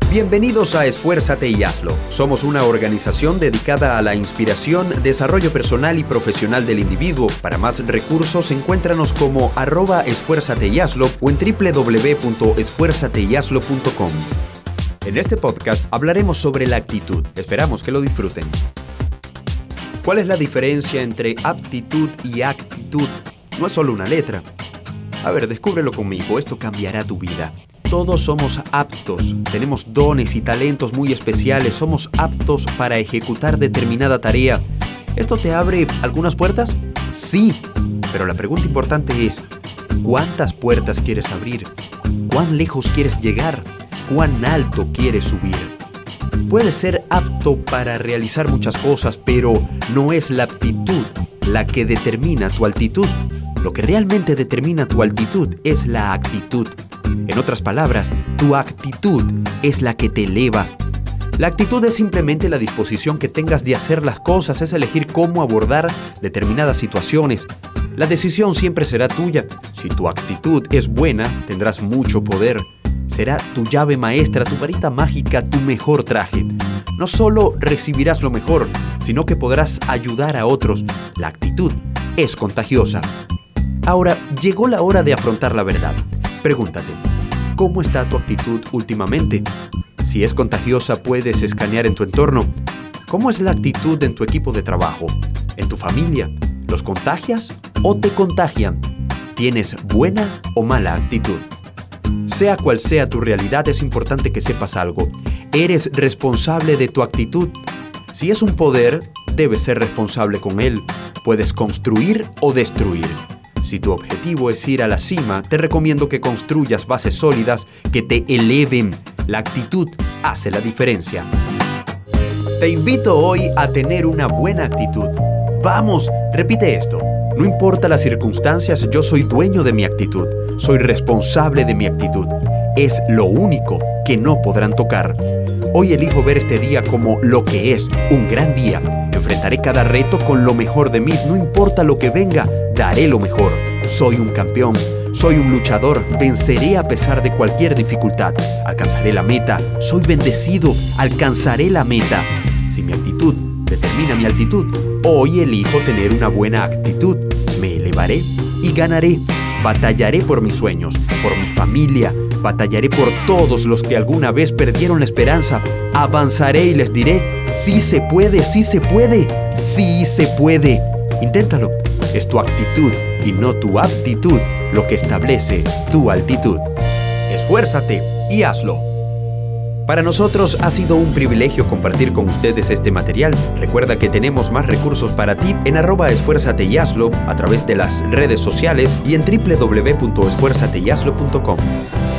Bienvenidos a Esfuérzate y Hazlo. Somos una organización dedicada a la inspiración, desarrollo personal y profesional del individuo. Para más recursos, encuéntranos como @esfuérzateyhazlo o en www.esfuérzateyhazlo.com. En este podcast hablaremos sobre la actitud. Esperamos que lo disfruten. ¿Cuál es la diferencia entre aptitud y actitud? No es solo una letra. A ver, descúbrelo conmigo, esto cambiará tu vida. Todos somos aptos, tenemos dones y talentos muy especiales, somos aptos para ejecutar determinada tarea. ¿Esto te abre algunas puertas? Sí, pero la pregunta importante es, ¿cuántas puertas quieres abrir? ¿Cuán lejos quieres llegar? ¿Cuán alto quieres subir? Puedes ser apto para realizar muchas cosas, pero no es la aptitud la que determina tu altitud. Lo que realmente determina tu altitud es la actitud. En otras palabras, tu actitud es la que te eleva. La actitud es simplemente la disposición que tengas de hacer las cosas, es elegir cómo abordar determinadas situaciones. La decisión siempre será tuya. Si tu actitud es buena, tendrás mucho poder. Será tu llave maestra, tu varita mágica, tu mejor traje. No solo recibirás lo mejor, sino que podrás ayudar a otros. La actitud es contagiosa. Ahora, llegó la hora de afrontar la verdad. Pregúntate, ¿cómo está tu actitud últimamente? Si es contagiosa, puedes escanear en tu entorno. ¿Cómo es la actitud en tu equipo de trabajo? ¿En tu familia? ¿Los contagias o te contagian? ¿Tienes buena o mala actitud? Sea cual sea tu realidad, es importante que sepas algo. Eres responsable de tu actitud. Si es un poder, debes ser responsable con él. Puedes construir o destruir. Si tu objetivo es ir a la cima, te recomiendo que construyas bases sólidas que te eleven. La actitud hace la diferencia. Te invito hoy a tener una buena actitud. Vamos, repite esto. No importa las circunstancias, yo soy dueño de mi actitud. Soy responsable de mi actitud. Es lo único que no podrán tocar. Hoy elijo ver este día como lo que es, un gran día. Enfrentaré cada reto con lo mejor de mí. No importa lo que venga, daré lo mejor. Soy un campeón. Soy un luchador. Venceré a pesar de cualquier dificultad. Alcanzaré la meta. Soy bendecido. Alcanzaré la meta. Si mi actitud determina mi altitud, hoy elijo tener una buena actitud. Me elevaré y ganaré. Batallaré por mis sueños, por mi familia. Batallaré por todos los que alguna vez perdieron la esperanza. Avanzaré y les diré, sí se puede, sí se puede, sí se puede. Inténtalo. Es tu actitud y no tu aptitud lo que establece tu altitud. Esfuérzate y hazlo. Para nosotros ha sido un privilegio compartir con ustedes este material. Recuerda que tenemos más recursos para ti en @esfuérzateyhazlo a través de las redes sociales y en www.esfuérzateyhazlo.com.